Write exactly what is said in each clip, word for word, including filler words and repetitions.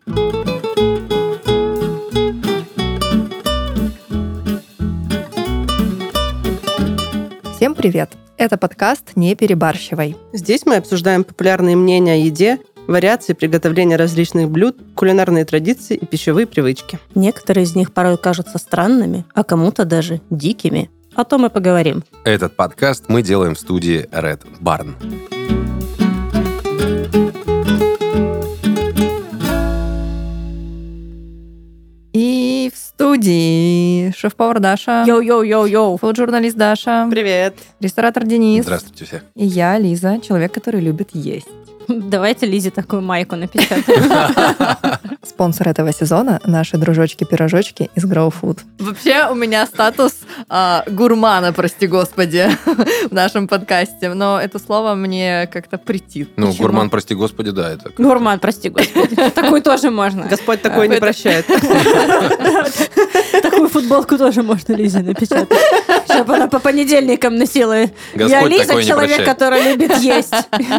Всем привет! Это подкаст «Не перебарщивай». Здесь мы обсуждаем популярные мнения о еде, вариации приготовления различных блюд, кулинарные традиции и пищевые привычки. Некоторые из них порой кажутся странными, а кому-то даже дикими. О том и поговорим. Этот подкаст мы делаем в студии Red Barn. И в студии шеф-повар Даша. Йоу-йоу-йоу-йоу. Фуд-журналист Даша. Привет. Ресторатор Денис. Здравствуйте все. И я, Лиза, человек, который любит есть. Давайте Лизе такую майку напечатаем. Спонсор этого сезона – наши дружочки-пирожочки из Grow Food. Вообще у меня статус а, гурмана, прости господи, в нашем подкасте. Но это слово мне как-то претит. Ну, Почему? гурман, прости господи, да, это... Гурман, прости господи. Такой тоже можно. Господь такой не прощает. Такую футболку тоже можно Лизе напечатать. Чтобы она по понедельникам носила. Я Господь Лиза, такой не человек, прощает. который любит есть.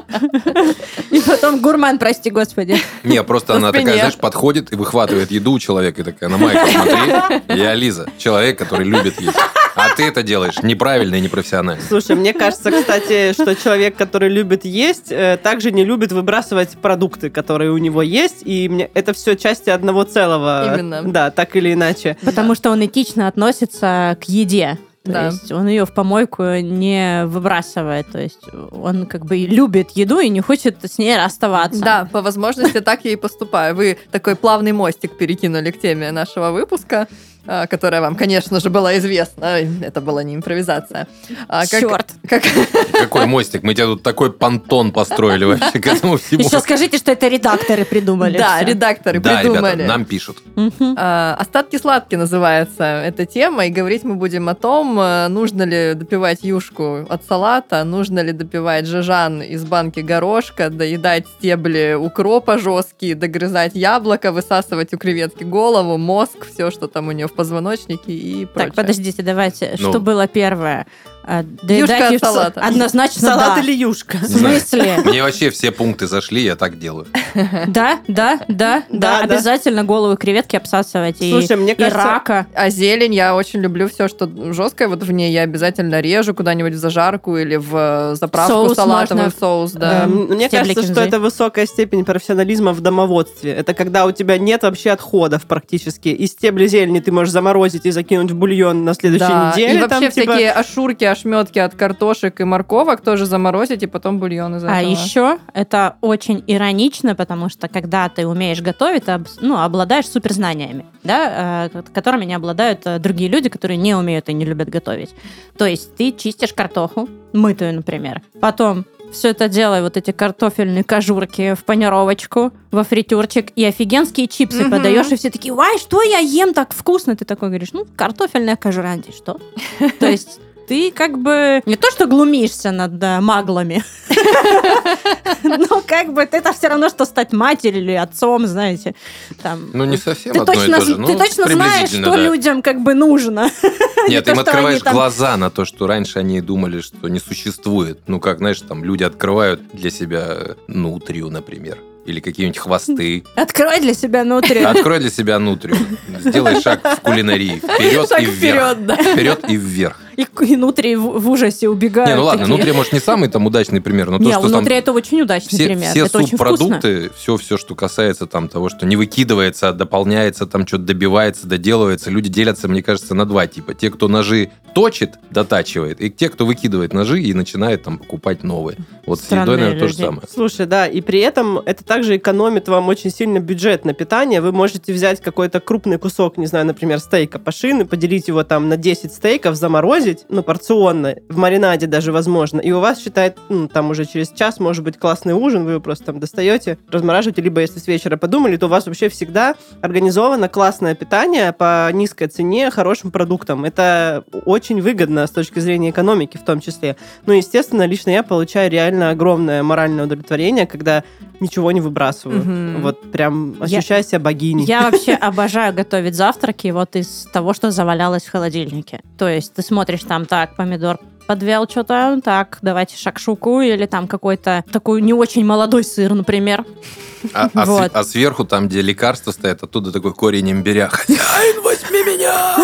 И потом гурман, прости господи. Не, просто она такая, знаешь, подходит и выхватывает еду у человека и такая, на майку смотри, я Лиза, человек, который любит есть. А ты это делаешь неправильно и непрофессионально. Слушай, мне кажется, кстати, что человек, который любит есть, э, также не любит выбрасывать продукты, которые у него есть, и мне это все части одного целого. Именно. Да, так или иначе. Потому что он этично относится к еде. То Да. есть он ее в помойку не выбрасывает. То есть он как бы любит еду и не хочет с ней расставаться. Да, по возможности так я и поступаю. Вы такой плавный мостик перекинули к теме нашего выпуска, а, которая вам, конечно же, была известна. Это была не импровизация. А, как- Черт. как- Какой мостик, мы тебе тут такой понтон построили вообще к этому всему. Еще скажите, что это редакторы придумали. Да, всё. редакторы Да, придумали. ребята, нам пишут. Мгм. А, «Остатки сладкие» называется эта тема, и говорить мы будем о том, а, нужно ли допивать юшку от салата, нужно ли допивать жижан из банки горошка, доедать стебли укропа жесткие, догрызать яблоко, высасывать у креветки голову, мозг, все, что там у нее в позвоночнике и прочее. Так, подождите, давайте. Ну. Что было первое? А, Юшка доедать от юшку? салата. Однозначно Салат да. или юшка? В смысле? Мне вообще все пункты зашли, я так делаю. Да, да, да, да. Да, да. Обязательно голову креветки обсасывать. и- Слушай, мне и кажется- рака. А зелень, я очень люблю все, что жесткое вот в ней. Я обязательно режу куда-нибудь в зажарку или в заправку Соус салатовый, можно. в соус, да. Э, Мне Стебли кажется, что кинзы. это высокая степень профессионализма в домоводстве. Это когда у тебя нет вообще отходов практически. И стебли зелени ты можешь заморозить и закинуть в бульон на следующей Да, неделе. и вообще там, типа, всякие ошурки, ошметки от картошек и морковок тоже заморозить и потом бульон из этого. А еще это очень иронично, потому что когда ты умеешь готовить, ты об- ну, обладаешь суперзнаниями, да, э, которыми не обладают э, другие люди, которые не умеют и не любят готовить. То есть ты чистишь картоху, мытую, например, потом все это делай, вот эти картофельные кожурки в панировочку, во фритюрчик, и офигенские чипсы Мгм. подаешь, и все такие, вай, что я ем так вкусно? Ты такой говоришь, ну, картофельная кожура, и что? То есть ты как бы не то, что глумишься над э, маглами, но как бы это все равно, что стать матерью или отцом, знаете. Там. Ну, не совсем Ты одно и точно, то же. ты ну, точно знаешь, приблизительно, что да. людям как бы нужно. Не Нет, то, им что открываешь они там- глаза на то, что раньше они думали, что не существует. Ну, как, знаешь, там люди открывают для себя нутрию, например. Или какие-нибудь хвосты. Открой для себя внутри. Открой для себя нутрию. Сделай шаг в кулинарии. Вперед Шаг и вверх. вперед, да. Вперед и вверх. И, и внутри в, в ужасе убегают. Не, ну ладно, такие. нутрия, может, не самый там удачный пример, но то, Не, что там внутри это очень удачный все, пример. все это очень вкусно. субпродукты, все, все, что касается там того, что не выкидывается, а дополняется, там что-то добивается, доделывается, люди делятся, мне кажется, на два типа. Те, кто ножи точит, дотачивает, и те, кто выкидывает ножи и начинает там покупать новые. Вот с едой, Странные наверное, то же люди. самое. Слушай, да, и при этом это также экономит вам очень сильно бюджет на питание. Вы можете взять какой-то крупный кусок, не знаю, например, стейка пашины, поделить его там на десять стейков, заморозить, ну, порционно, в маринаде даже возможно, и у вас, считает, ну, там уже через час может быть классный ужин, вы его просто там достаете, размораживаете, либо если с вечера подумали, то у вас вообще всегда организовано классное питание по низкой цене, хорошим продуктам. Это очень выгодно с точки зрения экономики в том числе. Ну, естественно, лично я получаю реально огромное моральное удовлетворение, когда ничего не выбрасываю. Мгм. Вот прям ощущаю себя богиней. Я вообще обожаю готовить завтраки вот из того, что завалялось в холодильнике. То есть ты смотришь там, так, помидор подвел что-то, так, давайте шакшуку или там какой-то такой не очень молодой сыр, например. А, а, Вот. с- а сверху, там, где лекарства стоят, оттуда такой корень имбиря. Хозяин, возьми меня!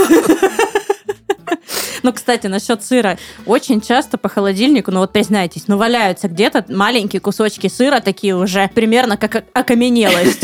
Ну, кстати, насчет сыра. Очень часто по холодильнику, ну вот признайтесь, ну валяются где-то маленькие кусочки сыра, такие уже примерно как окаменелость.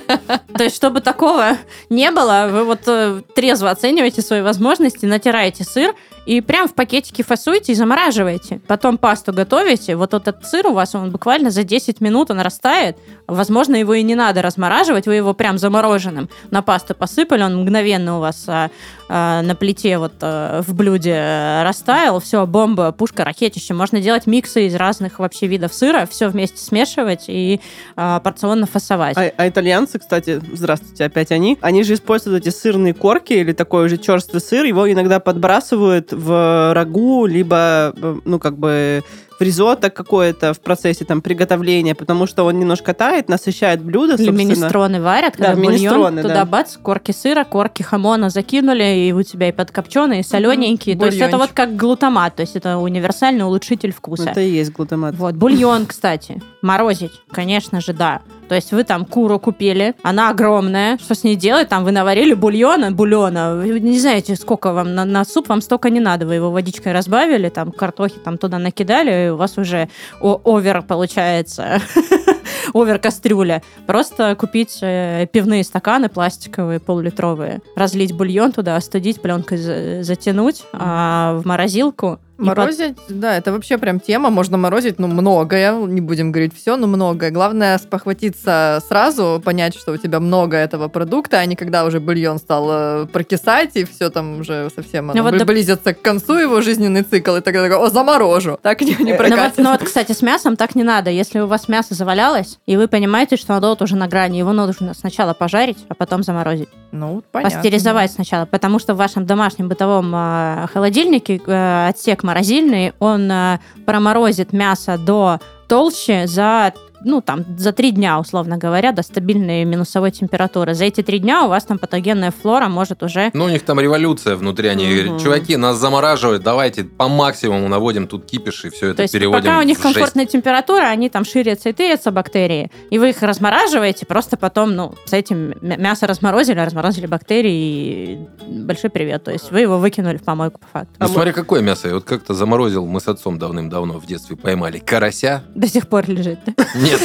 То есть, чтобы такого не было, вы вот э, трезво оцениваете свои возможности, натираете сыр и прям в пакетике фасуете и замораживаете. Потом пасту готовите. Вот этот сыр у вас, он буквально за десять минут он растает. Возможно, его и не надо размораживать, вы его прям замороженным на пасту посыпали, он мгновенно у вас а, а, на плите вот а, в блюде растаял. Все, бомба, пушка, ракетище. Можно делать миксы из разных вообще видов сыра, все вместе смешивать и а, порционно фасовать. А, а итальянцы, кстати, здравствуйте, опять они, они же используют эти сырные корки или такой уже черствый сыр, его иногда подбрасывают в рагу, либо, ну, как бы в ризотто какое-то в процессе там приготовления, потому что он немножко тает, насыщает блюдо, Или собственно. минестроны варят, когда Да, бульон, минестроны, туда да. бац, корки сыра, корки хамона закинули, и у тебя и подкопченые, и солененькие. То есть это Бульончик. вот как глутамат, то есть это универсальный улучшитель вкуса. Это и есть глутамат. Вот, бульон, кстати, морозить, конечно же, да. То есть вы там куру купили, она огромная, что с ней делать? Там вы наварили бульона, бульона, вы не знаете, сколько вам на, на суп, вам столько не надо, вы его водичкой разбавили, там картохи там туда накидали, и у вас уже о- овер получается, овер-кастрюля. Просто купить э, пивные стаканы пластиковые, полулитровые, разлить бульон туда, остудить, пленкой за- затянуть а, в морозилку. И под- Морозить, да, это вообще прям тема. Можно морозить, ну, многое. Не будем говорить все, но многое. Главное спохватиться сразу, понять, что у тебя много этого продукта, а не когда уже бульон стал э, прокисать, и все там уже совсем оно Ну вот доп- близится к концу его жизненный цикл, и тогда такой, о, заморожу. Так не, не Ну вот, прокатится. ну вот, кстати, с мясом так не надо. Если у вас мясо завалялось, и вы понимаете, что оно вот уже на грани, его нужно сначала пожарить, а потом заморозить. Ну, понятно. Пастеризовать сначала, потому что в вашем домашнем бытовом э, холодильнике э, отсек морозильный, он э, проморозит мясо до толще за, ну, там, за три дня, условно говоря, до стабильной минусовой температуры. За эти три дня у вас там патогенная флора может уже... Ну, у них там революция внутри. Они Мгм. говорят, чуваки, нас замораживают, давайте по максимуму наводим тут кипиш и все это То есть переводим пока у них в жесть. комфортная температура, они там ширятся и тырятся, бактерии, и вы их размораживаете, просто потом, ну, с этим мя- мясо разморозили, разморозили бактерии, и большой привет. То есть вы его выкинули в помойку по факту. Ну, А мы- смотри, какое мясо. Я вот как-то заморозил, мы с отцом давным-давно в детстве поймали карася. До сих пор лежит. да? Нет.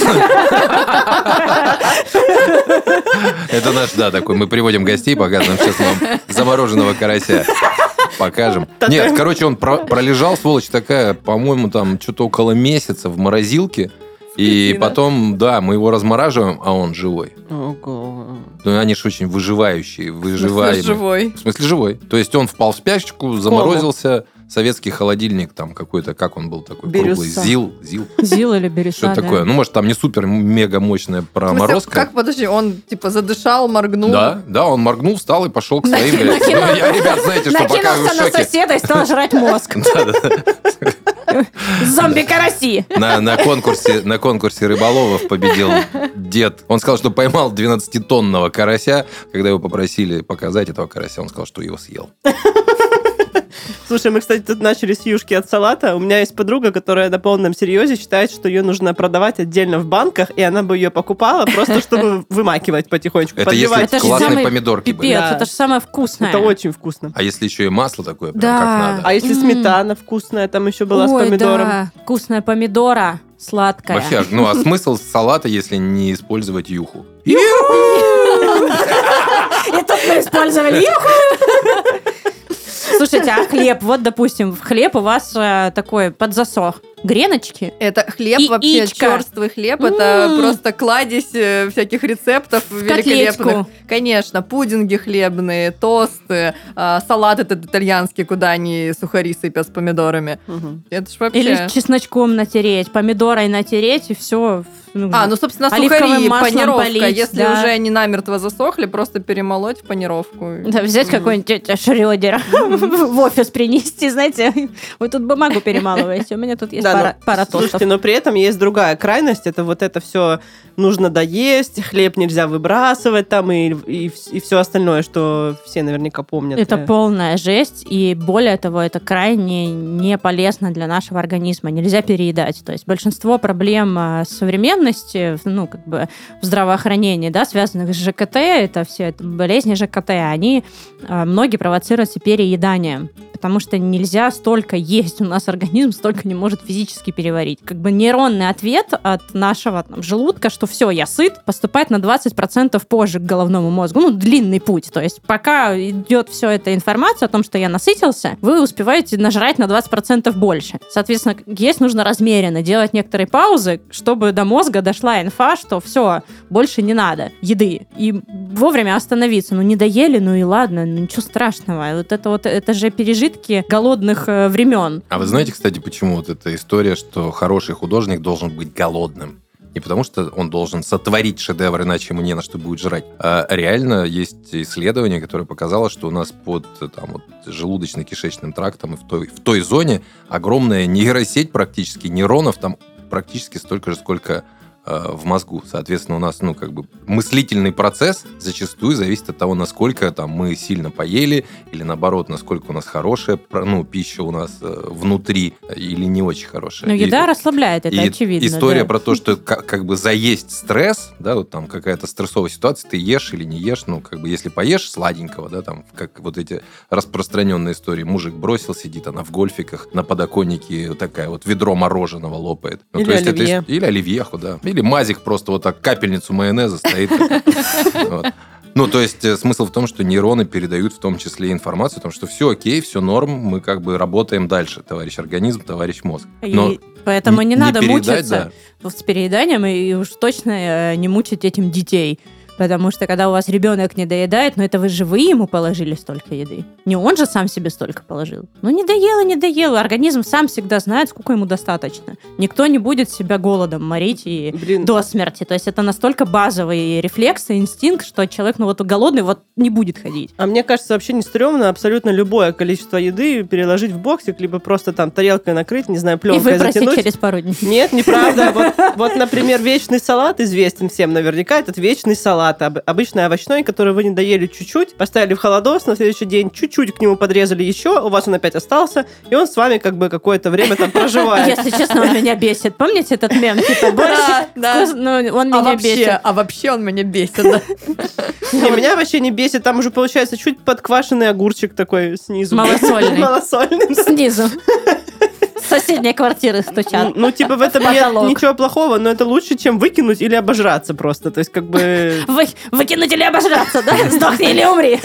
Это наш, да, такой. Мы приводим гостей, показываем сейчас вам замороженного карася. Покажем. Нет, короче, он про- пролежал, сволочь такая, по-моему, там что-то около месяца в морозилке. И Скотина. потом, да, мы его размораживаем, а он живой. Ого. Ну, они же очень выживающие, В смысле, выживаемые. живой. В смысле живой. То есть он впал в спячку, заморозился. Советский холодильник, там какой-то, как он был такой, Бирюса. круглый, ЗИЛ, ЗИЛ. Зил или береса. Что такое? Ну, может, там не супер мега мощная В смысле, проморозка. как, подожди, он типа задышал, моргнул? Да, да, он моргнул, встал и пошел к своим. Накинул- говорит, ну, я, ребят, знаете, что пока вы в Накинулся на шоке. соседа и стал жрать мозг. Зомби-караси. На, на, конкурсе, на конкурсе рыболовов победил дед. Он сказал, что поймал двенадцатитонного карася. Когда его попросили показать этого карася, он сказал, что его съел. Слушай, мы, кстати, тут начали с юшки от салата. У меня есть подруга, которая на полном серьезе считает, что ее нужно продавать отдельно в банках, и она бы ее покупала просто, чтобы вымакивать потихонечку, Это если подливать. Это же классные самый помидорки были. Пипец, Да. это же самое вкусное. Это очень вкусно. А если еще и масло такое, прям Да. как надо. А если М. сметана вкусная, там еще была с Ой, помидором. да, вкусная помидора, сладкая. Вообще, ну а смысл салата, если не использовать юху? И тут мы использовали юху. Слушайте, а хлеб? Вот, допустим, в хлеб у вас э, такой подзасох. Греночки. Это хлеб И вообще, яичко. черствый хлеб, это М. просто кладезь э, всяких рецептов великолепных. котлетку. Конечно, пудинги хлебные, тосты, а, салат этот итальянский, куда они сухари сыпят с помидорами. Мгм. Это ж вообще... Или чесночком натереть, помидорой натереть, и все. А, ну, собственно, Оливковым сухари, маслом панировка. полить, Если да. уже они намертво засохли, просто перемолоть в панировку. Да, взять Мгм. какой-нибудь тетя Шрёдера в офис принести, знаете, вы тут бумагу перемалываете, у меня тут есть Да, пара, но, пара тостов. Слушайте, но при этом есть другая крайность. Это вот это все нужно доесть, хлеб нельзя выбрасывать там и, и, и все остальное, что все наверняка помнят. Это полная жесть, и более того, это крайне не полезно для нашего организма. Нельзя переедать. То есть большинство проблем современности, ну, как бы в здравоохранении, да, связанных с ЖКТ, это все это болезни ЖКТ, они многие провоцируются перееданием, потому что нельзя столько есть, у нас организм столько не может физически переварить. Как бы нейронный ответ от нашего там, желудка, что все, я сыт, поступает на двадцать процентов позже к головному мозгу. Ну, длинный путь. То есть пока идет все эта информация о том, что я насытился, вы успеваете нажрать на двадцать процентов больше. Соответственно, есть нужно размеренно делать некоторые паузы, чтобы до мозга дошла инфа, что все, больше не надо еды. И вовремя остановиться. Ну, не доели, ну и ладно, ну ничего страшного. Вот это вот, это же пережитки голодных э, времен. А вы знаете, кстати, почему вот эта история, что хороший художник должен быть голодным? Не потому, что он должен сотворить шедевр, иначе ему не на что будет жрать. А реально есть исследование, которое показало, что у нас под там, вот, желудочно-кишечным трактом и в той, в той зоне огромная нейросеть практически, нейронов там практически столько же, сколько в мозгу. Соответственно, у нас, ну, как бы мыслительный процесс зачастую зависит от того, насколько там мы сильно поели, или наоборот, насколько у нас хорошая, ну, пища у нас внутри, или не очень хорошая. Ну, еда и, расслабляет, это и очевидно. История да. про то, что как, как бы заесть стресс, да, вот там какая-то стрессовая ситуация, ты ешь или не ешь, ну, как бы если поешь сладенького, да, там, как вот эти распространенные истории, мужик бросил, сидит она в гольфиках, на подоконнике вот такая вот ведро мороженого лопает. Ну, или то есть оливье. Это, или оливьеху, да. Или мазик просто вот так, капельницу майонеза стоит. Вот. Ну, то есть смысл в том, что нейроны передают в том числе информацию о том, что все окей, все норм, мы как бы работаем дальше, товарищ организм, товарищ мозг. Но и поэтому не, не надо передать, мучиться да. с перееданием и уж точно не мучить этим детей. Потому что когда у вас ребенок не доедает, ну это вы же вы ему положили столько еды. Не он же сам себе столько положил. Ну не доел и не доел. Организм сам всегда знает, сколько ему достаточно. Никто не будет себя голодом морить и Блин. до смерти. То есть это настолько базовый рефлекс и инстинкт, что человек, ну вот голодный, вот не будет ходить. А мне кажется, вообще не стрёмно абсолютно любое количество еды переложить в боксик, либо просто там тарелкой накрыть, не знаю, пленкой и выпросить затянуть. через пару дней. Нет, неправда. Вот, вот, например, вечный салат известен всем наверняка. Этот вечный салат. Обычный овощной, который вы не доели чуть-чуть, поставили в холодос, на следующий день чуть-чуть к нему подрезали еще, у вас он опять остался, и он с вами как бы какое-то время там проживает. Если честно, он меня бесит. Помните этот мем? Типа, борщ, Да, вкус, ну, он А меня вообще, бесит. а вообще он меня бесит, да. Не, меня вообще не бесит, там уже получается чуть подквашенный огурчик такой снизу. Малосольный. Малосольный. Снизу. С соседней квартиры стучат. Ну, типа, в этом нет Потолок. ничего плохого, но это лучше, чем выкинуть или обожраться просто. То есть, как бы... Вы, выкинуть или обожраться, да? Сдохни или умри.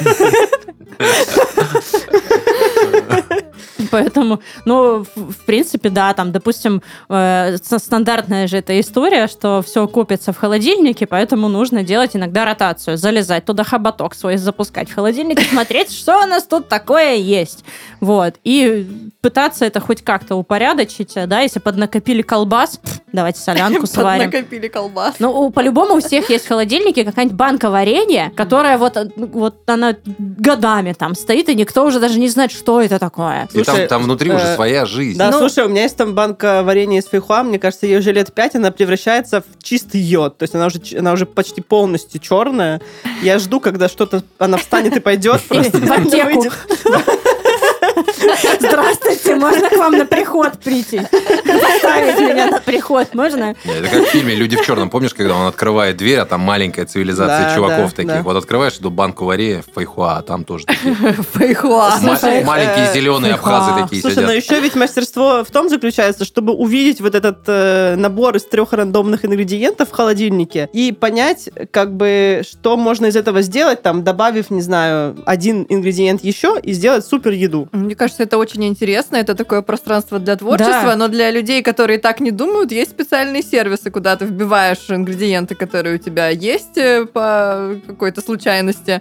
Поэтому, ну, в, в принципе, да, там, допустим, э, стандартная же эта история, что все копится в холодильнике, поэтому нужно делать иногда ротацию, залезать туда, хоботок свой запускать в холодильник и смотреть, что у нас тут такое есть. Вот. И пытаться это хоть как-то упорядочить, да, если поднакопили колбас, давайте солянку сварим. Накопили колбас. Ну, у- по-любому у всех есть в холодильнике какая-нибудь банка варенья, которая вот, вот она годами там стоит, и никто уже даже не знает, что это такое. И там, Слушай, там внутри уже э, своя жизнь. Да, Ну- слушай, у меня есть там банка варенья из фейхоа, мне кажется, ей уже лет пять, она превращается в чистый йод, то есть она уже, ч- она уже почти полностью черная. Я жду, когда что-то, она встанет и пойдет, просто В аптеку. выйдет. Здравствуйте, можно к вам на приход прийти? Поставить меня на приход, можно? Не, это как в фильме «Люди в черном». Помнишь, когда он открывает дверь, а там маленькая цивилизация Да, чуваков да, таких? да. Вот открываешь эту банку варенья в фейхоа, а там тоже такие Фейхуа. ма- Слушай, маленькие э, зеленые фейхоа. абхазы такие Слушай, но сидят. еще ведь мастерство в том заключается, чтобы увидеть вот этот э, набор из трех рандомных ингредиентов в холодильнике и понять, как бы, что можно из этого сделать, там, добавив, не знаю, один ингредиент еще и сделать супер еду. Мне кажется, это очень интересно. Это такое пространство для творчества, Да. но для людей, которые так не думают, есть специальные сервисы, куда ты вбиваешь ингредиенты, которые у тебя есть э, по какой-то случайности,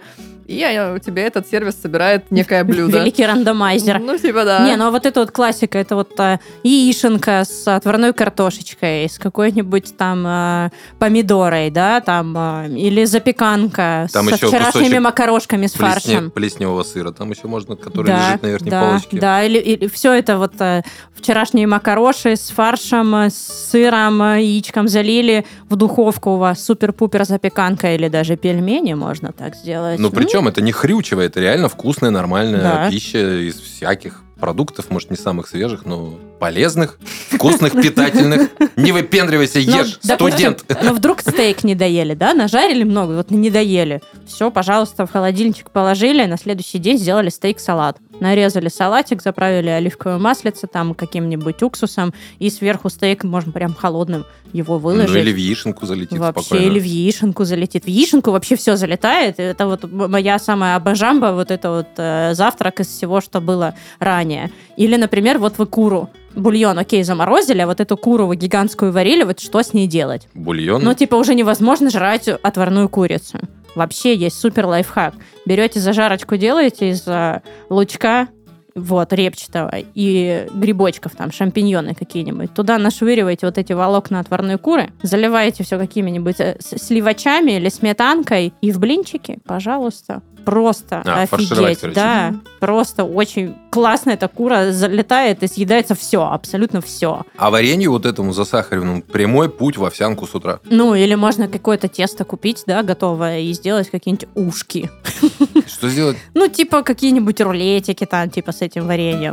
и у тебя этот сервис собирает некое блюдо. Великий рандомайзер. Ну, типа, да. Не, ну вот это вот классика, это вот а, яишенка с отварной картошечкой, с какой-нибудь там а, помидорой, да, там, а, или запеканка там со вчерашними макарошками с плесне, фаршем. Плесневого сыра, там еще можно, который да, лежит на верхней да, полочке. Да, или, или все это вот а, вчерашние макароши с фаршем, с сыром, яичком залили, в духовку у вас супер-пупер запеканка или даже пельмени можно так сделать. Ну, причем это не хрючево, это реально вкусная, нормальная Да. пища из всяких продуктов, может, не самых свежих, но полезных, вкусных, питательных. Не выпендривайся, Ну, ешь, допустим, студент. Ну, вдруг стейк не доели, да? Нажарили много, вот не доели. Все, пожалуйста, в холодильничек положили, на следующий день сделали стейк-салат. Нарезали салатик, заправили оливковое маслице, там, каким-нибудь уксусом, и сверху стейк можно прям холодным его выложить. Ну, или в яишенку залетит Вообще, спокойно. или в яишенку залетит. В яишенку вообще все залетает. Это вот моя самая обожамба, вот это вот э, завтрак из всего, что было ранее. Или, например, вот вы куру. Бульон, окей, заморозили, а вот эту куру вы гигантскую варили, вот что с ней делать? Бульон? Ну, типа, уже невозможно жрать отварную курицу. Вообще есть супер лайфхак. Берете зажарочку, делаете из э, лучка, вот, репчатого, и грибочков, там, шампиньоны какие-нибудь. Туда нашвыриваете вот эти волокна отварной куры, заливаете все какими-нибудь э, сливочами или сметанкой, и в блинчики, пожалуйста. Просто А, фаршировать, офигеть. короче. Да, просто очень классно эта кура залетает и съедается все, абсолютно все. А варенью вот этому засахаренному прямой путь в овсянку с утра. Ну, или можно какое-то тесто купить, да, готовое, и сделать какие-нибудь ушки. Что сделать? Ну, типа какие-нибудь рулетики там, типа с этим вареньем.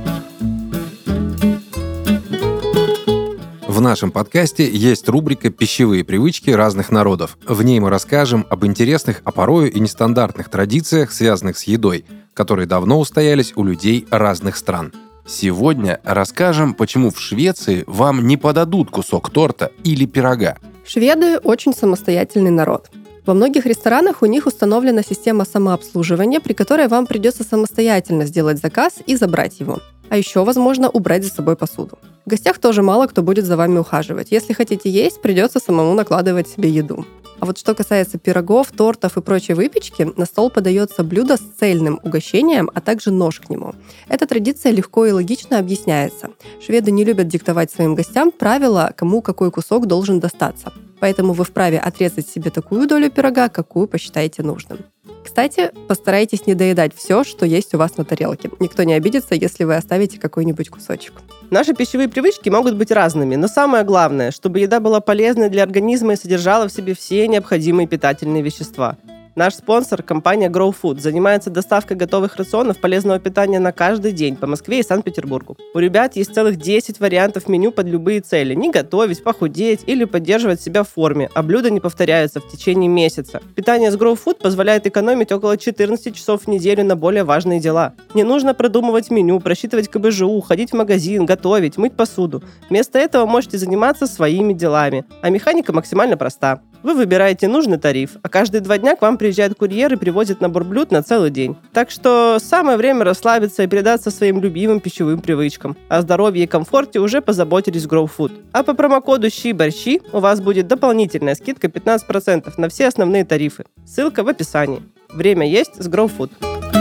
В нашем подкасте есть рубрика «Пищевые привычки разных народов». В ней мы расскажем об интересных, а порою и нестандартных традициях, связанных с едой, которые давно устоялись у людей разных стран. Сегодня расскажем, почему в Швеции вам не подадут кусок торта или пирога. Шведы очень самостоятельный народ. Во многих ресторанах у них установлена система самообслуживания, при которой вам придется самостоятельно сделать заказ и забрать его. А еще, возможно, убрать за собой посуду. В гостях тоже мало кто будет за вами ухаживать. Если хотите есть, придется самому накладывать себе еду. А вот что касается пирогов, тортов и прочей выпечки, на стол подается блюдо с цельным угощением, а также нож к нему. Эта традиция легко и логично объясняется. Шведы не любят диктовать своим гостям правила, кому какой кусок должен достаться. Поэтому вы вправе отрезать себе такую долю пирога, какую посчитаете нужным. Кстати, постарайтесь не доедать все, что есть у вас на тарелке. Никто не обидится, если вы оставите какой-нибудь кусочек. Наши пищевые привычки могут быть разными, но самое главное, чтобы еда была полезной для организма и содержала в себе все необходимые питательные вещества. Наш спонсор, компания Grow Food, занимается доставкой готовых рационов полезного питания на каждый день по Москве и Санкт-Петербургу. У ребят есть целых десять вариантов меню под любые цели. Не готовить, похудеть или поддерживать себя в форме, а блюда не повторяются в течение месяца. Питание с Grow Food позволяет экономить около четырнадцать часов в неделю на более важные дела. Не нужно продумывать меню, просчитывать ка бэ жэ у, ходить в магазин, готовить, мыть посуду. Вместо этого можете заниматься своими делами. А механика максимально проста. Вы выбираете нужный тариф, а каждые два дня к вам приезжает курьер и привозит набор блюд на целый день. Так что самое время расслабиться и предаться своим любимым пищевым привычкам. О здоровье и комфорте уже позаботились Grow Food. А по промокоду щи-борщи у вас будет дополнительная скидка пятнадцать процентов на все основные тарифы. Ссылка в описании. Время есть с Grow Food.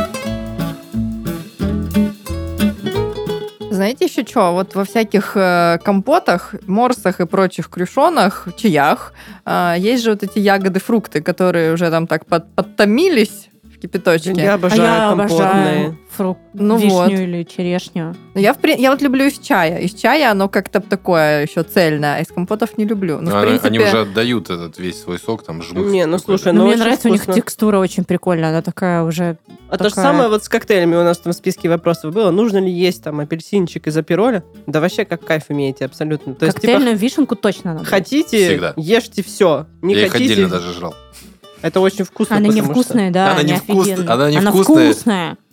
Знаете еще что? Вот во всяких э, компотах, морсах и прочих крюшонах, чаях э, есть же вот эти ягоды, фрукты, которые уже там так под, подтомились в кипяточке. Я обожаю а я компотные. обожаю фрукт, Ну вишню вот. или черешню. Но я, в, при- я вот люблю из чая. Из чая оно как-то такое еще цельное, а из компотов не люблю. Ну, в Они, принципе, они уже отдают этот весь свой сок, там жмых. Не, ну какой-то. слушай, Но ну мне очень нравится, у них вкусно. текстура очень прикольная, она такая уже... А то же такая- самое вот с коктейлями у нас там в списке вопросов было. Нужно ли есть там апельсинчик из апероля? Да вообще как кайф имеете абсолютно. То есть, типа, Коктейльную вишенку точно надо. хотите, Всегда. ешьте все. Не Я их хотите, отдельно даже жрал. это очень вкусно. Она потому невкусная, да, Она не невкусная, офигенная. она Она невкусная. вкусная.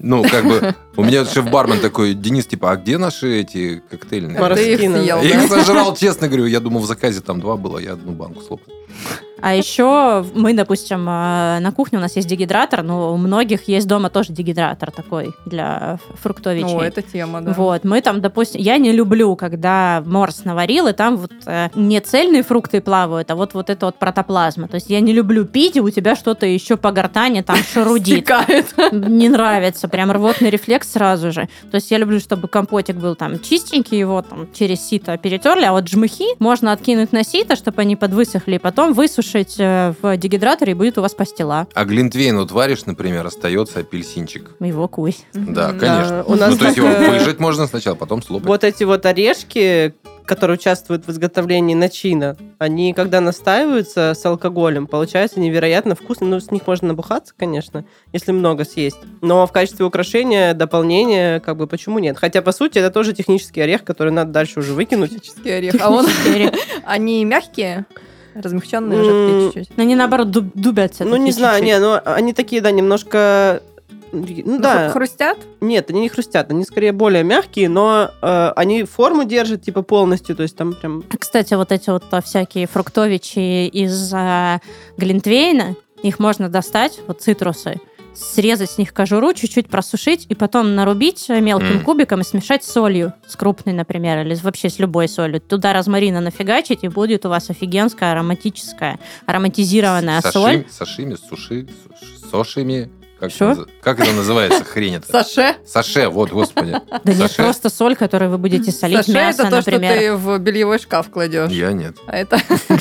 Ну, как бы, у меня шеф-бармен такой, Денис, типа, а где наши эти коктейльные? Ты их съел, Я их да? сожрал, честно говорю. Я думал, в заказе там два было, я одну банку слопал. А еще мы, допустим, э, на кухне у нас есть дегидратор, но у многих есть дома тоже дегидратор такой для фруктовичей. О, это тема, да. Вот, мы там, допустим, я не люблю, когда морс наварил, и там вот э, не цельные фрукты плавают, а вот, вот это вот протоплазма. То есть я не люблю пить, и у тебя что-то еще по гортани там шарудит. Стекает. Не нравится, прям рвотный рефлекс сразу же. То есть я люблю, чтобы компотик был там чистенький, его там через сито перетерли, а вот жмыхи можно откинуть на сито, чтобы они подвысохли, и потом высушить в дегидраторе, и будет у вас пастила. А глинтвейн вот варишь, например, остается апельсинчик. Его кусь. Да, Мгм. конечно. Да, у нас Ну, то есть так, его э, выжать можно сначала, потом слопать. Вот эти вот орешки, которые участвуют в изготовлении начина, они, когда настаиваются с алкоголем, получаются невероятно вкусные. Ну, с них можно набухаться, конечно, если много съесть. Но в качестве украшения, дополнения, как бы, почему нет? Хотя, по сути, это тоже технический орех, который надо дальше уже выкинуть. Технический орех. А он... Они мягкие? Размягченные, жидкие М, чуть-чуть? Но они, наоборот, дуб- дубятся. Ну, не такие знаю, чуть-чуть. не, ну, они такие, да, немножко... Ну, Ну, да, хрустят? нет, они не хрустят, они скорее более мягкие, но э, они форму держат, типа, полностью, то есть там прям... Кстати, вот эти вот а, всякие фруктовичи из а, глинтвейна, их можно достать, вот цитрусы, срезать с них кожуру, чуть-чуть просушить, и потом нарубить мелким М. кубиком и смешать с солью, с крупной, например, или вообще с любой солью. Туда розмарина нафигачить, и будет у вас офигенская ароматическая, ароматизированная соль. Сашими, сашими, суши, суш- сошими. Как, Шо? это наз- как это называется, хрень это? Саше? Саше, вот, господи. Да нет, Саше? просто соль, которую вы будете солить Саше мясо, это то, например. что ты в бельевой шкаф кладешь. Я нет. А это...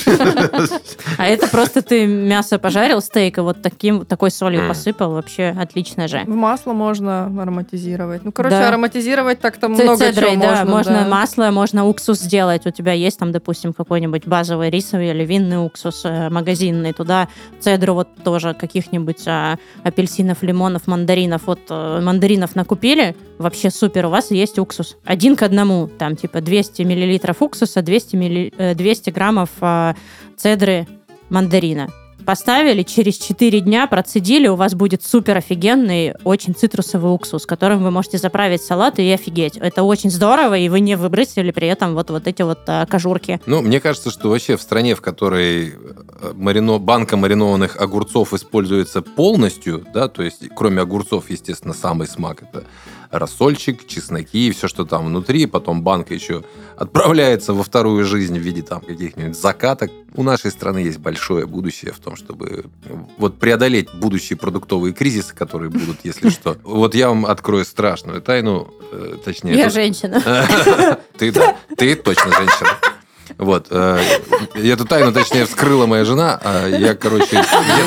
А это просто ты мясо пожарил, стейк, и вот таким, такой солью М. посыпал, вообще отлично же. В масло можно ароматизировать. Ну, короче, Да. ароматизировать так-то Ц- много цедрой, чего да, можно. можно да. масло, можно уксус сделать. У тебя есть там, допустим, какой-нибудь базовый рисовый или винный уксус э, магазинный. Туда цедру вот тоже каких-нибудь а, апельсинов, лимонов, мандаринов. Вот э, мандаринов накупили, вообще супер, у вас есть уксус. Один к одному. Там типа двести миллилитров уксуса, двести, милли- э, двести граммов а, цедры мандарина. Поставили, через четыре дня процедили, у вас будет супер офигенный, очень цитрусовый уксус, которым вы можете заправить салат и офигеть. Это очень здорово, и вы не выбросили при этом вот, вот эти вот а, кожурки. Ну, мне кажется, что вообще в стране, в которой э, марино... банка маринованных огурцов используется полностью, да, то есть кроме огурцов, естественно, самый смак это рассольчик, чесноки и все, что там внутри, потом банка еще отправляется во вторую жизнь в виде там каких-нибудь закаток. У нашей страны есть большое будущее в том, чтобы вот преодолеть будущие продуктовые кризисы, которые будут, если что. Вот я вам открою страшную тайну, э, точнее... Я тут- женщина. Ты, да, ты точно женщина. Вот. э, Эту тайну, точнее, вскрыла моя жена. а Я, короче,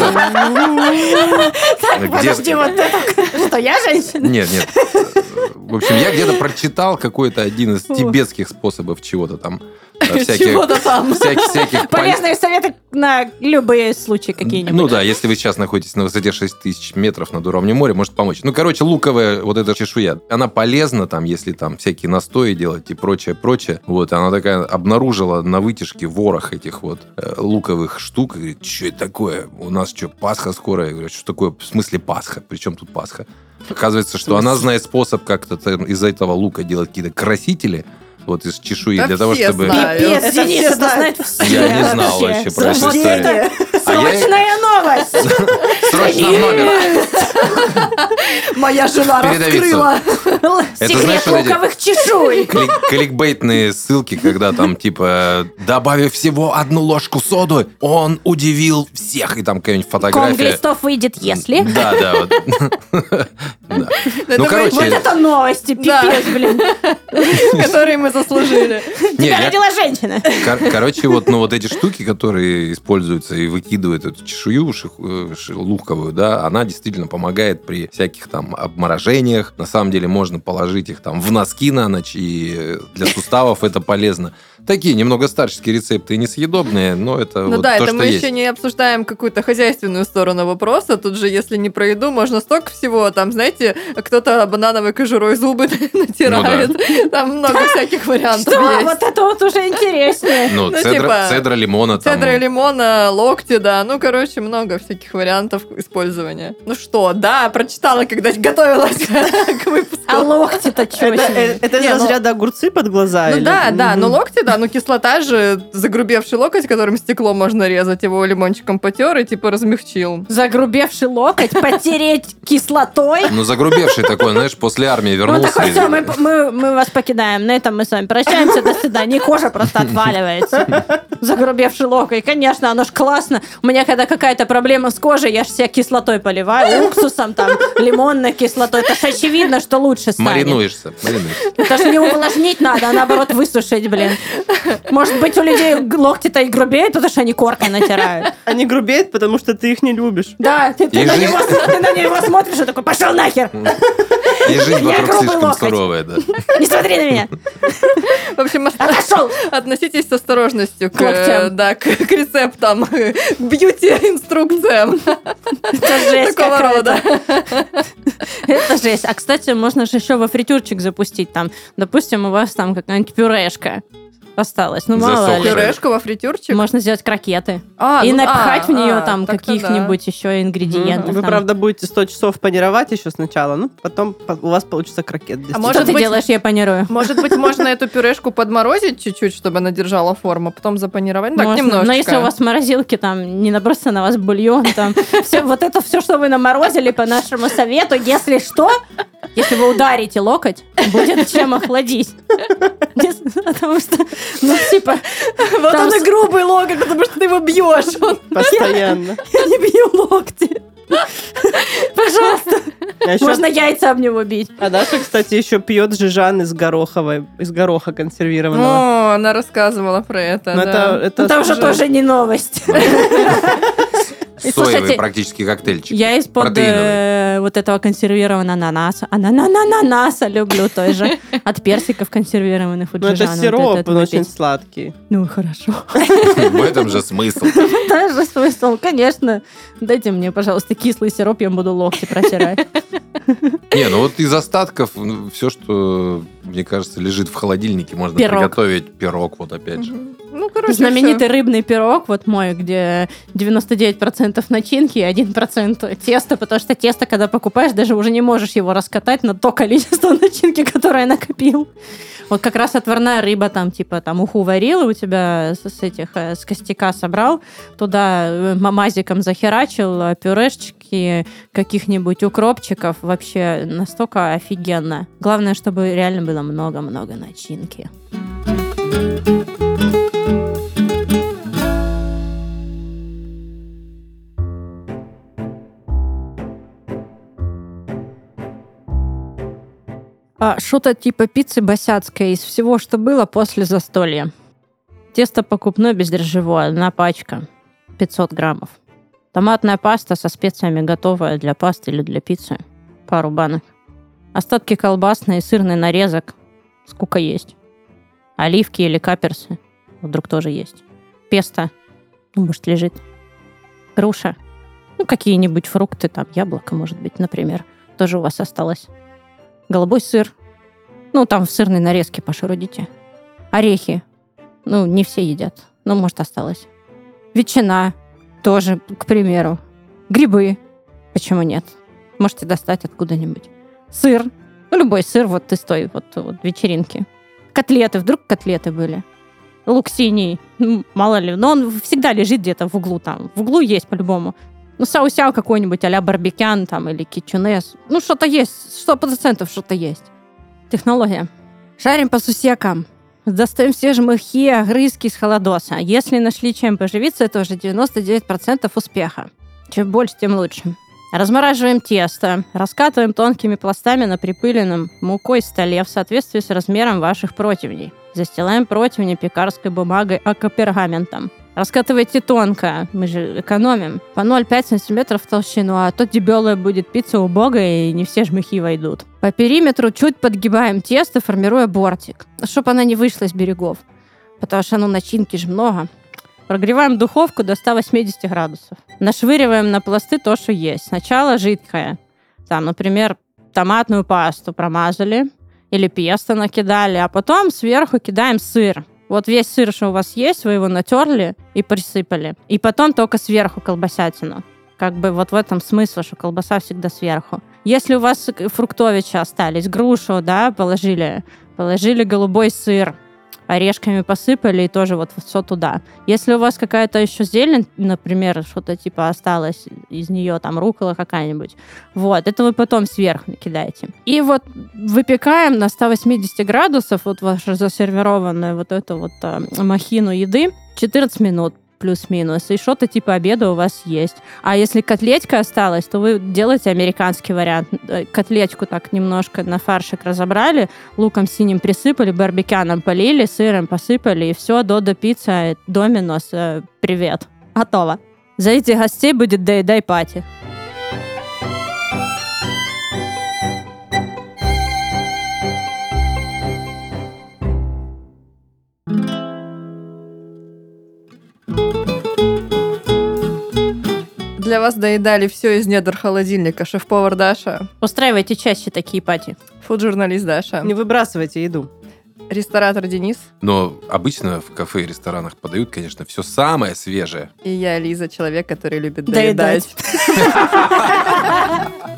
где-то... Подожди, вот это, что я женщина? Нет, нет. В общем, я где-то прочитал какой-то один из тибетских способов чего-то там. э, Всяких, Чего-то там. всяких, всяких пон- Полезные советы на любые случаи какие-нибудь. Ну да, если вы сейчас находитесь на высоте шесть тысяч метров над уровнем моря, может помочь. Ну, короче, луковая вот эта чешуя, она полезна там, если там всякие настои делать и прочее, прочее. Вот, она такая обнаружила на вытяжке ворох этих вот э, луковых штук. И говорит, что это такое? У нас что, Пасха скоро? Я говорю, что такое? В смысле Пасха? Причем тут Пасха? Оказывается, что она знает способ как-то там из этого лука делать какие-то красители, вот из чешуи, Да для того, все чтобы... знают. Пипец, Это Денис, все это знают. знает все. Я не знал вообще про эту Вот историю. это А я- срочная новость! Срочно в номер! Моя жена Передавиться. раскрыла. Это Секрет знаешь, вот эти- луковых чешуй! Клик- кликбейтные ссылки, когда там, типа, добавив всего одну ложку соды, он удивил всех. И там какая-нибудь Ком фотография. глистов выйдет, если... Да, да. вот. Да. Это Ну, мы- короче, Вот это новости, Да. пипец, блин. Которые мы заслужили. не, Тебя я- родила женщина. Кор- Короче, вот, ну, вот эти штуки, которые используются и выкидывают эту чешую ших- э, ши- луковую, да, она действительно помогает при всяких там обморожениях. На самом деле можно положить их там в носки на ночь, и э, для суставов это полезно. Такие немного старческие рецепты и несъедобные, но это Ну вот да, то, это что мы есть. еще не обсуждаем какую-то хозяйственную сторону вопроса. Тут же, если не про еду, можно столько всего. Там, знаете, кто-то банановой кожурой зубы натирает. Там много всяких вариантов Что? есть. Вот это вот уже интереснее. Ну, Ну, цедра, типа, цедра лимона там. Цедра лимона, локти, да. Ну, короче, много всяких вариантов использования. Ну что, да, прочитала когда готовилась к выпуску. А локти-то что? Это, э, это из Не, ну- разряда огурцы под глаза? Ну или- да, да, Мгм. ну локти, да, ну кислота же, загрубевший локоть, которым стекло можно резать, его лимончиком потер и типа размягчил. Загрубевший локоть, потереть кислотой. Ну, загрубевший такой, знаешь, после армии Ну вернулся. такой, и- все, мы, мы, мы вас покидаем. На этом мы с вами прощаемся. До свидания. Кожа просто отваливается. Загрубевший локоть. Конечно, оно ж классно. У меня когда какая-то проблема с кожей, я ж себя кислотой поливаю. Уксусом, там, лимонной кислотой. Это ж очевидно, что лучше станет. Маринуешься, маринуешься. Это же не увлажнить надо, а наоборот высушить, блин. Может быть, у людей локти-то и грубеют, потому что они коркой натирают. Они грубеют, потому что ты их не любишь. Да, ты, ты И на, жизнь- него, ты на него смотришь и такой, пошел нахер, И жизнь Я вокруг грубый слишком локоть. суровая, да. не смотри на меня. В общем, ост- Отошел. относитесь с осторожностью к, К локтям. да, к, к рецептам, к бьюти-инструкциям Это жесть такого рода. какая-то. Это жесть. А, кстати, можно же еще во фритюрчик запустить там. Допустим, у вас там какая-нибудь пюрешка осталась. Ну, мало Засохшая. ли. Пюрешку во фритюрчик. Можно сделать крокеты. А, И ну, напихать а, в нее а, там так-то каких-нибудь еще ингредиентов. Вы, там. правда, будете сто часов панировать еще сначала, ну, потом по- у вас получится крокет. А Что может ты быть- делаешь, я панирую? да. Может быть, можно эту пюрешку подморозить чуть-чуть, чтобы она держала форму, потом запанировать. Ну, так, Можно. немножечко. Но если у вас в морозилке там не набросится на вас бульон, там все, вот это все, что вы наморозили по нашему совету, если что, если вы ударите локоть, будет чем охладить. Если- Потому что, ну, типа, Вот там это с- грубый локоть, потому что ты его бьешь. Он- Постоянно. я не бью локти. Пожалуйста. А, еще- Можно яйца об него бить. а Даша, кстати, еще пьет жижан из гороховой, из гороха консервированного. О, она рассказывала про это. Но да. это, это Ну, там уже же- тоже не новость. И, Соевый слушайте, практически коктейльчик. Я из-под Протеиновый. э, вот этого консервированного ананаса. Ананаса люблю тоже. От персиков консервированных. Ну, это сироп, он очень сладкий. Ну, хорошо. В этом же смысл. Даже смысл. Конечно. Дайте мне, пожалуйста, кислый сироп, я буду локти протирать. Не, ну вот из остатков все, что, мне кажется, лежит в холодильнике, можно Пирог. приготовить пирог, вот опять же. Мгм. Ну, короче, Знаменитый всё. рыбный пирог, вот мой, где девяносто девять процентов начинки и один процент теста, потому что тесто, когда покупаешь, даже уже не можешь его раскатать на то количество начинки, которое накопил. Вот как раз отварная рыба, там, типа, там, уху варил, и у тебя с, с этих, э, с костяка собрал, туда э, мамазиком захерачил, э, пюрешечки, каких-нибудь укропчиков, вообще настолько офигенно. Главное, чтобы реально было много-много начинки. А, что-то типа пиццы босяцкой из всего, что было после застолья. Тесто покупное бездрожжевое, одна пачка, пятьсот граммов. Томатная паста со специями готовая для пасты или для пиццы, пару банок. Остатки колбасной и сырный нарезок, сколько есть. Оливки или каперсы, вдруг тоже есть. Песто, ну, может, лежит. Груша, ну, какие-нибудь фрукты, там, яблоко, может быть, например, тоже у вас осталось. Голубой сыр. Ну, там в сырной нарезке пошарудите. Орехи. Ну, не все едят. Ну, может, осталось. Ветчина. Тоже, к примеру. Грибы. Почему нет? Можете достать откуда-нибудь. Сыр. Ну, любой сыр вот из той вот, вот вечеринки. Котлеты. Вдруг котлеты были. Лук синий. Ну, мало ли. Но он всегда лежит где-то в углу там. В углу есть по-любому. Ну, саусяу какой-нибудь а-ля барбекян там или кичунес. Ну, что-то есть. Сто процентов что-то есть. Технология. Шарим по сусекам. Достаем все жмыхи, огрызки из холодоса. Если нашли чем поживиться, это уже девяносто девять процентов успеха. Чем больше, тем лучше. Размораживаем тесто. Раскатываем тонкими пластами на припыленном мукой столе в соответствии с размером ваших противней. Застилаем противни пекарской бумагой, ака пергаментом. Раскатывайте тонко, мы же экономим, по ноль целых пять десятых сантиметров в толщину, а то дебелая будет пицца убогая, и не все жмыхи войдут. По периметру чуть подгибаем тесто, формируя бортик, чтобы она не вышла с берегов, потому что ну, начинки же много. Прогреваем духовку до ста восьмидесяти градусов. Нашвыриваем на пласты то, что есть. Сначала жидкое. Там, например, томатную пасту промазали или песто накидали, а потом сверху кидаем сыр. Вот весь сыр, что у вас есть, вы его натерли и присыпали. И потом только сверху колбасятину. Как бы вот в этом смысл, что колбаса всегда сверху. Если у вас фруктовичи остались, грушу, да, положили, положили голубой сыр, орешками посыпали и тоже вот все туда. Если у вас какая-то еще зелень, например, что-то типа осталось из нее, там рукола какая-нибудь, вот, это вы потом сверху накидаете. И вот выпекаем на сто восемьдесят градусов вот вашу засервированную вот эту вот а, махину еды четырнадцать минут. Плюс-минус, и что-то типа обеда у вас есть. А если котлетка осталась, то вы делаете американский вариант. Котлетку так немножко на фаршик разобрали, луком синим присыпали, барбекяном полили, сыром посыпали, и все, Додо пицца, Доминос, привет. Готово. Зовите гостей, будет дай-дай пати. Для вас доедали все из недр холодильника. Шеф-повар Даша. Устраивайте чаще такие пати. Фуд-журналист Даша. Не выбрасывайте еду. Ресторатор Денис. Но обычно в кафе и ресторанах подают, конечно, все самое свежее. И я, Лиза, человек, который любит доедать. Доедать.